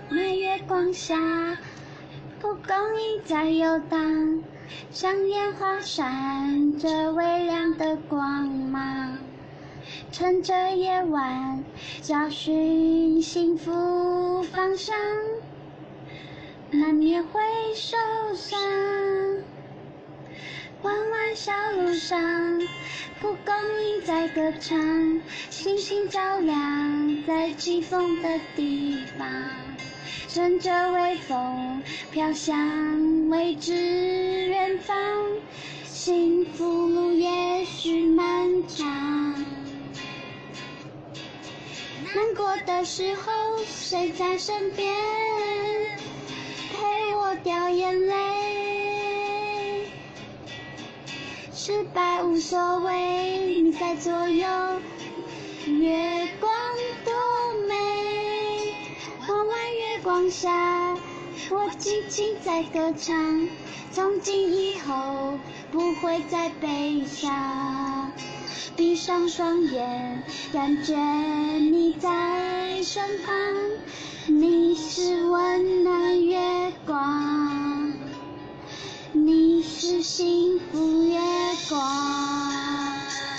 那月光下，蒲公英在游荡，像烟花闪着微亮的光芒。趁着夜晚，找寻幸福方向，难免会受伤。弯弯小路上，蒲公英在歌唱，星星照亮在起风的地方。乘着微风飘向未知远方，幸福路也许漫长。难过的时候，谁在身边陪我掉眼泪？失败无所谓，你在左右，月光多美。弯弯月光下，我静静在歌唱，从今以后不会再悲伤。闭上双眼，感觉你在身旁，你是温暖月光，你是幸福月光。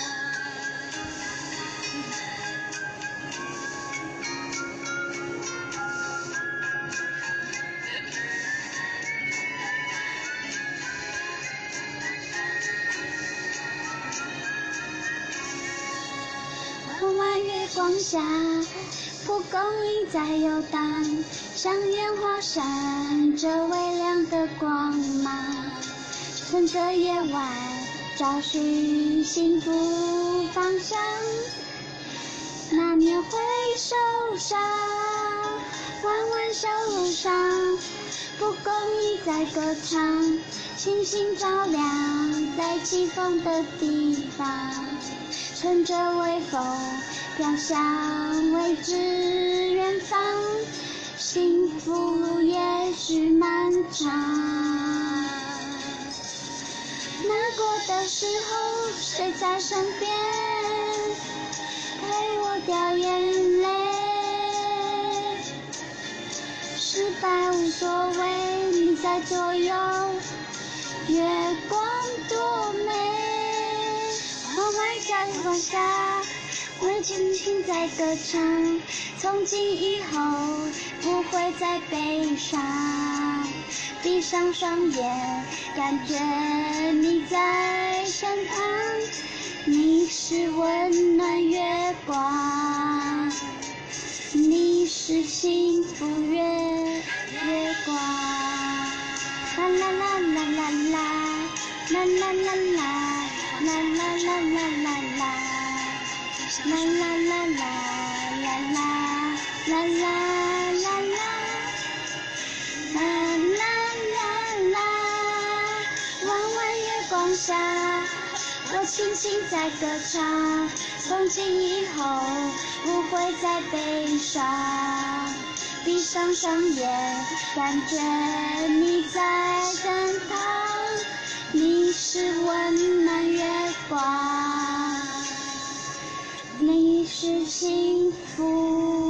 弯弯月光下，蒲公英在游荡，像烟花闪着微亮的光芒。趁着夜晚，找寻幸福方向，难免会受伤。弯弯小路上，蒲公英在歌唱，星星照亮在起风的地方。乘着微风飘向未知远方，幸福路也许漫长。难过的时候，谁在身边陪我掉眼泪？失败无所谓，你在左右，月光多美。弯弯小月光下，我轻轻在歌唱，从今以后不会再悲伤。闭上双眼，感觉你在身旁，你是温暖月光，你是幸福月光。啦啦啦啦啦啦，啦啦啦啦。啦啦啦啦啦啦，啦啦啦啦啦啦，啦啦啦啦，啦啦啦。弯弯月光下，我轻轻在歌唱，从今以后不会再悲伤。闭上双眼，感觉你在身旁，你是温暖月光，你是幸福